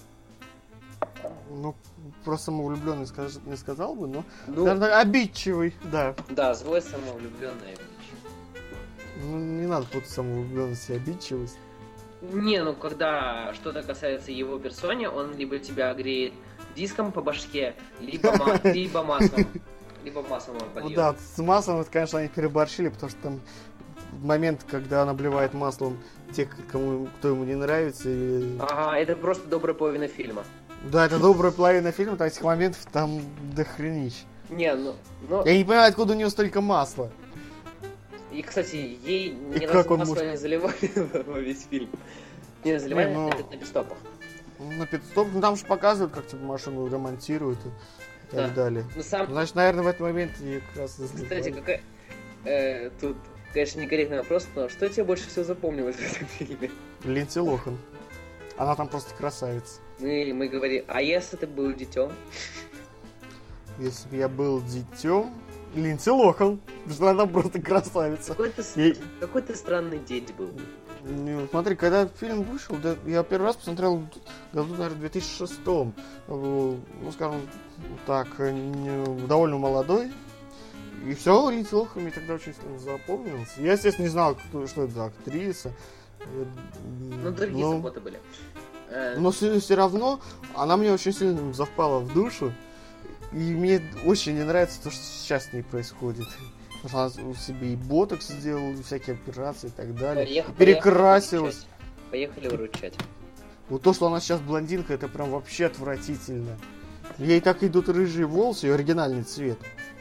Ну, про самовлюбленный скаж... не сказал бы, но ну, наверное, обидчивый, да. Да, злой, самовлюбленный, обидчивый. Ну, не надо путать самовлюбленность и обидчивость. Не, ну, когда что-то касается его персоны, он либо тебя греет диском по башке, либо, ма... либо маслом. Либо маслом он подъедет. Ну да, с маслом, это, конечно, они переборщили, потому что там момент, когда он обливает маслом тех, кому, кто ему не нравится. И... Ага, это просто добрая половина фильма. Да, это добрая половина фильма, там этих моментов там дохренищ. Не, ну, ну... Я не понимаю, откуда у него столько масла. И, кстати, ей ни разу масло может... не заливали во весь фильм. Не заливали, не, ну... это на пидстопах. На пидстопах, ну там же показывают, как типа машину ремонтируют и так да. далее. Ну, сам... Значит, наверное, в этот момент ей как раз заливали. Кстати, какая... Э, тут, конечно, некорректный вопрос, но что тебе больше всего запомнилось в этом фильме? Линдси Лохан. Она там просто красавица. Мы, мы говорим, а если ты был детем? Если бы я был детем, Линдси Лохан, потому что она просто красавица. Какой ты, и... какой ты странный деть был. Ну, смотри, когда фильм вышел, да, я первый раз посмотрел в году, наверное, в две тысячи шестом. Ну, скажем так, не, довольно молодой. И все, Линдси Лохан мне тогда очень сильно запомнился. Я, естественно, не знал, кто, что это за актриса. Ну, другие но... заботы были. Но все, все равно она мне очень сильно запала в душу. И мне очень не нравится то, что сейчас с ней происходит. Потому что она себе и ботокс сделала, и всякие операции и так далее. Поехали, перекрасилась. Поехали выручать. Вот то, что она сейчас блондинка, это прям вообще отвратительно. Ей так идут рыжие волосы и оригинальный цвет.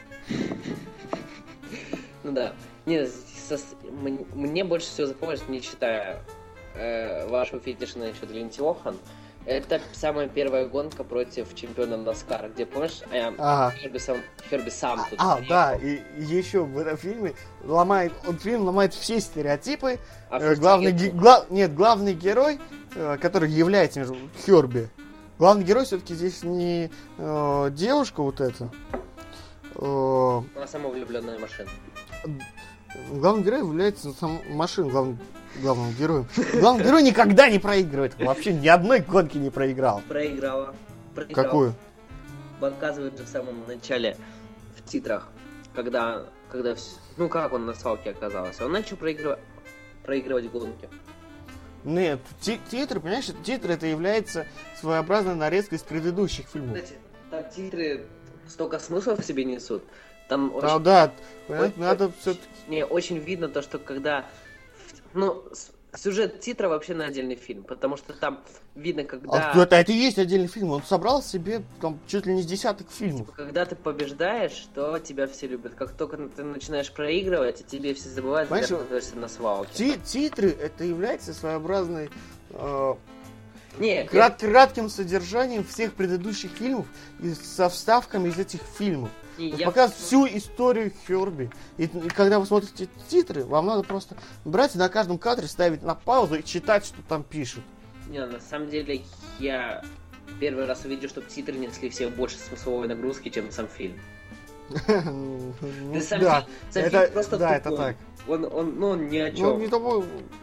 Ну да. Не, со, мне больше всего запомнилось, не читая э, вашего фетиша насчет Линдси Лохан. Это самая первая гонка против чемпиона Наскара, где, помнишь, э, ага. Херби, сам, Херби сам тут А, приехал. Да, и, и еще в этом фильме ломает, он фильм ломает все стереотипы. А э, главный, ге, гла, нет, главный герой, э, который является между Херби, главный герой все-таки здесь не э, девушка вот эта. Э, Она самовлюбленная машина. Главный герой является сам машин, главным, главным героем. Главный герой никогда не проигрывает. Вообще ни одной гонки не проиграл. Проиграла. Проиграла. Какую? Показывают же в самом начале в титрах, когда, когда ну как он на свалке оказался. Он начал проигрывать, проигрывать гонки. Нет, ти- титры, понимаешь, титры это является своеобразной нарезкой из предыдущих фильмов. Кстати, там титры столько смыслов в себе несут. Там да, очень, да, очень, надо все. Не, очень видно то, что когда, ну, сюжет титра вообще на отдельный фильм, потому что там видно, когда. А это, это и есть отдельный фильм. Он собрал себе там чуть ли не с десяток фильмов. Когда ты побеждаешь, то тебя все любят. Как только ты начинаешь проигрывать, и тебе все забывают, ты находишься на свалке. Ти- титры это является своеобразной. Э- Не, крат- я... кратким содержанием всех предыдущих фильмов и со вставками из этих фильмов. Я... Показывает всю историю Херби. И, и когда вы смотрите титры, вам надо просто брать и на каждом кадре ставить на паузу и читать, что там пишут. Не, на самом деле, я первый раз увидел, что титры несли все больше смысловой нагрузки, чем сам фильм. Ты сам Да, фильм- сам это- фильм просто да, это тупой. так. Он, он, ну, он ни о Ну, чем. не того,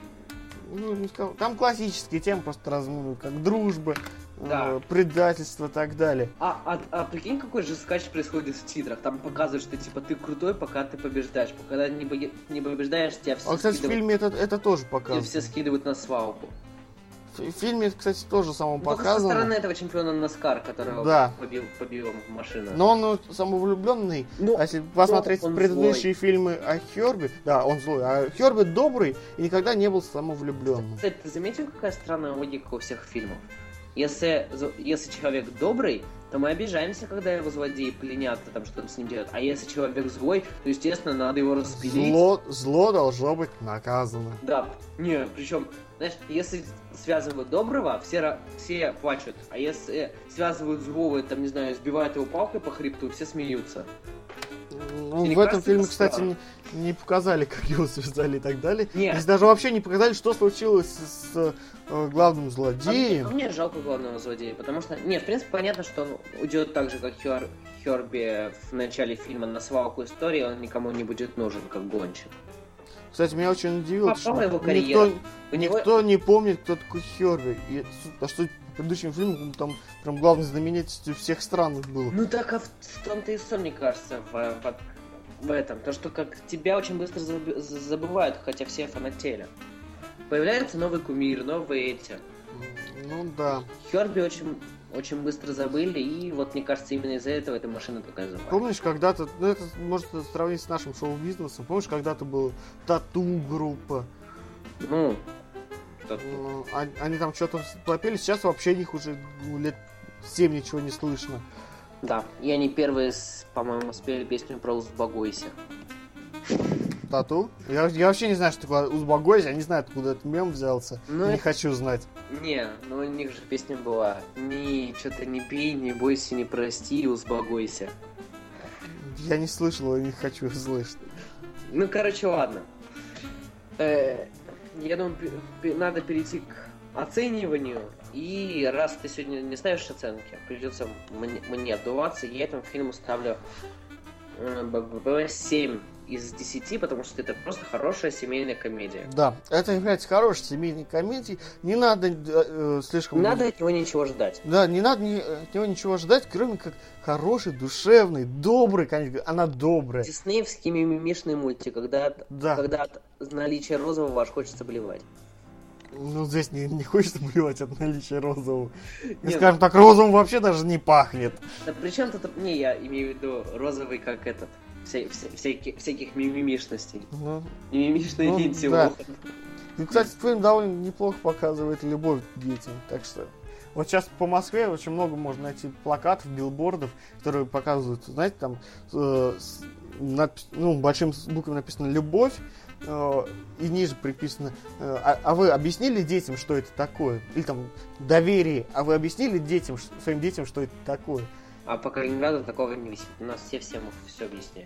ну, не сказал. Там классические темы просто размыты, как дружба, Да. э, предательство и так далее. А, а, а прикинь, какой же скач происходит в титрах. Там показывают, что типа ты крутой, пока ты побеждаешь. Пока ты не, бо- не побеждаешь, тебя все, А, кстати, в скидывают, фильме это, это тоже тебя показано. все скидывают на свалку. В фильме, кстати, тоже самому Ну, только со показано. стороны этого чемпиона Наскар, которого Да. побил, побила машина. Но он ну, самовлюбленный. Ну, А если посмотреть он предыдущие фильмы о Херби, да, он злой, а Херби добрый и никогда не был самовлюбленным. Кстати, ты заметил, какая странная логика у всех фильмов? Если, если человек добрый, то мы обижаемся, когда его злодеи пленят, и там что-то с ним делают. А если человек злой, то, естественно, надо его распилить. Зло, зло должно быть наказано. Да, не, причем, знаешь, если связывают доброго, все, ра- все плачут. А если связывают злого, там, не знаю, сбивают его палкой по хребту, все смеются. Ну, Мне в этом кажется, фильме, это кстати, странно. не, не показали, как его связали и так далее. Нет. Здесь даже вообще не показали, что случилось с э, главным А мне, злодеем. а мне жалко главного злодея, потому что, нет, в принципе, понятно, что он уйдет так же, как Хер- Херби в начале фильма на свалку истории, он никому не будет нужен, как гонщик. Кстати, меня очень удивило, Попала что его карьера. никто, У него- никто не помнит, кто такой Херби. И, а что по предыдущим фильмам там прям главной знаменитостью всех стран было. Ну так, а в, в том-то и соль, мне кажется, в, в, в этом. То, что как тебя очень быстро заб- забывают, хотя все фанатели. Появляется новый кумир, новые эти. Ну да. Херби очень, очень быстро забыли, и вот мне кажется, именно из-за этого эта машина такая забавная. Помнишь, когда-то, ну это может сравнить с нашим шоу-бизнесом, помнишь, когда-то была тату-группа, Ну, тот- ну, они, они там что-то топили, сейчас вообще о них уже ну, лет семь ничего не слышно. да. И они первые, с- по-моему, спели песню про «Узбагойся». Тату? Я, я вообще не знаю, что такое Узбагойся, я не знаю, откуда этот мем взялся, Ну, не это- хочу знать. Не, ну у них же песня была «Не, что-то не пей, не бойся, не прости, узбагойся». Я не слышал, и не хочу слышать. Ну, короче, ладно. Э, я думаю, пе- пе- надо перейти к оцениванию. И раз ты сегодня не ставишь оценки, придется мне, мне отдуваться. Я этому фильму ставлю э, б- б- б- семь из десяти, потому что это просто хорошая семейная комедия. Да, это является хорошей семейной комедией, не надо э, э, слишком... Не надо от него ничего ждать. Да, не надо ни- от него ничего ожидать, кроме как хороший, душевный, добрый, конечно, она добрая. Диснеевский мимимишный мультик, когда, от- Да. когда от наличия розового аж хочется блевать. Ну, здесь не, не хочется блевать от наличия розового. И, Нет. скажем так, розовым вообще даже не пахнет. Да при чем тут... Не, я имею в виду розовый как этот. Вся, вся- всяких, всяких мимимишностей. Ну, Мимимишное Ну, нить да. его. и, кстати, фильм довольно неплохо показывает любовь к детям. Так что, вот сейчас по Москве очень много можно найти плакатов, билбордов, которые показывают, знаете, там, э, с надпись- ну, большим буквами написано «Любовь», э, и ниже приписано э, а, а вы объяснили детям, что это такое? Или там «Доверие», а вы объяснили детям, ш- своим детям, что это такое? А по Калининграду такого не висит. У нас все всем все объясняют.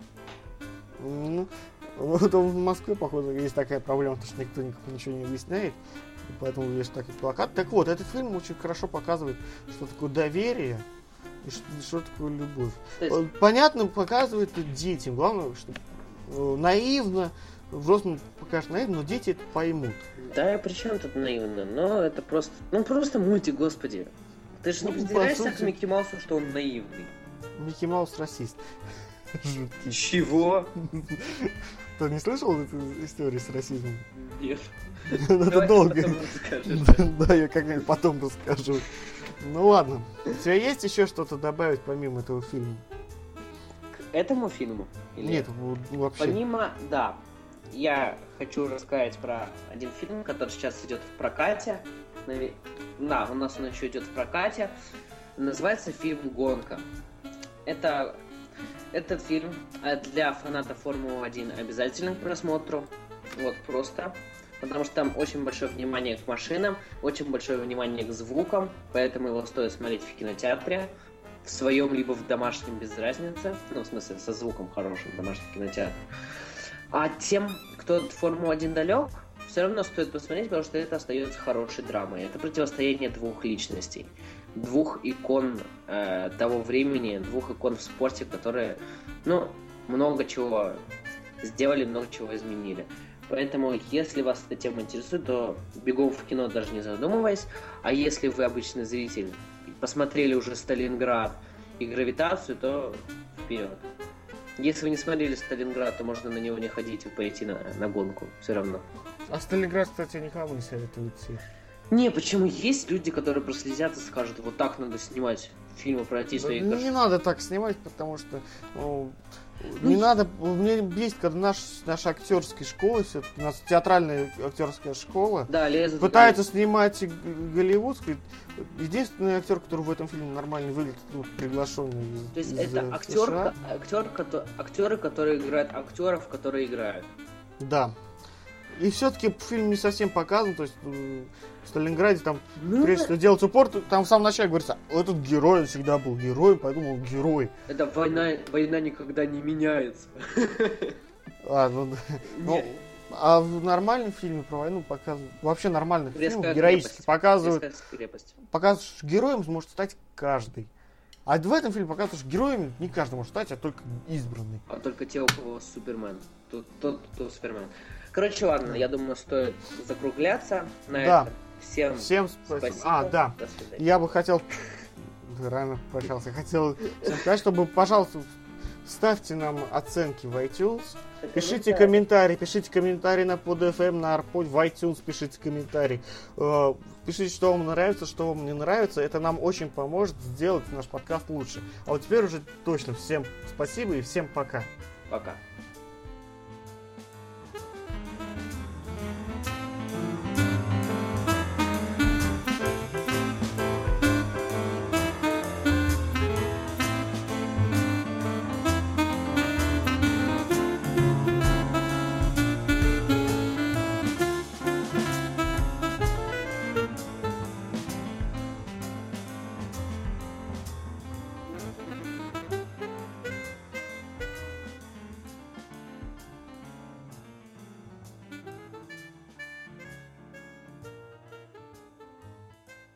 Ну, вот в Москве, походу, есть такая проблема, потому что никто никому ничего не объясняет, и поэтому есть такой плакат. Так вот, этот фильм очень хорошо показывает, что такое доверие и что, и что такое любовь. То есть- Э, Понятно показывает и детям, главное, что э, наивно, взрослым покажет наивно, но дети это поймут. Да, при чем тут наивно? Но это просто... Ну, просто мультик, господи. Ты же не Ну, по придираешься сути- к Микки Маусу, что он наивный. Микки Маус расист. Жуткий. Чего? Ты не слышал эту историю с расизмом? Нет. Это Давай долго. потом расскажешь. Да, да, я как-нибудь потом расскажу. Ну ладно. У тебя есть еще что-то добавить помимо этого фильма? К этому фильму? Или- Нет, в- вообще. Помимо, да, я хочу рассказать про один фильм, который сейчас идет в прокате. Наве- Да, у нас он еще идет в прокате. Называется фильм «Гонка». Это этот фильм э, для фанатов Формулы один обязательно к просмотру. Вот просто. Потому что там очень большое внимание к машинам, очень большое внимание к звукам, поэтому его стоит смотреть в кинотеатре, в своем либо в домашнем, без разницы. Ну, в смысле, со звуком хорошим в домашнем кинотеатре. А тем, кто от Формулы один далек, все равно стоит посмотреть, потому что это остается хорошей драмой. Это противостояние двух личностей, двух икон э, того времени, двух икон в спорте, которые, ну, много чего сделали, много чего изменили. Поэтому, если вас эта тема интересует, то бегом в кино, даже не задумываясь. А если вы обычный зритель, посмотрели уже «Сталинград» и «Гравитацию», то вперед. Если вы не смотрели «Сталинград», то можно на него не ходить и пойти на, на гонку все равно. А «Сталинград», кстати, никому не советую идти. Не, почему? Есть люди, которые прослезят и скажут, вот так надо снимать фильмы про отечественные игры. игры. Не надо так снимать, потому что... Ну, не ну, надо... Мне бесит, когда наш, наша актерская школа, все-таки у нас театральная актерская школа, да, лезут, пытается лезут. снимать голливудскую. Единственный актер, который в этом фильме нормально выглядит, ну, приглашенный из То есть из это актер, актер, актеры, которые играют актеров, которые играют. Да. И все-таки фильм не совсем показан, то есть в Сталинграде там, ну, прежде всего, делать упор, там в самом начале говорится, этот герой всегда был героем, поэтому он герой. Это война, война никогда не меняется. А, ну, ну, а в нормальном фильме про войну показывают, вообще нормальных фильмов, героически показывают, показывают, что героем может стать каждый. А в этом фильме показывают, что героем не каждый может стать, а только избранный. А только те, у кого Супермен. Тот, тот, кто Супермен. Короче, ладно, я думаю, стоит закругляться на да. это. Всем, Всем спасибо. спасибо. А, да. Я бы хотел... Рано прощался. Хотел всем сказать, чтобы, пожалуйста, ставьте нам оценки в iTunes. Это пишите комментарии. Пишите комментарии на под эф эм, на Арпод, в iTunes пишите комментарии. Пишите, что вам нравится, что вам не нравится. Это нам очень поможет сделать наш подкаст лучше. А вот теперь уже точно всем спасибо и всем пока. Пока.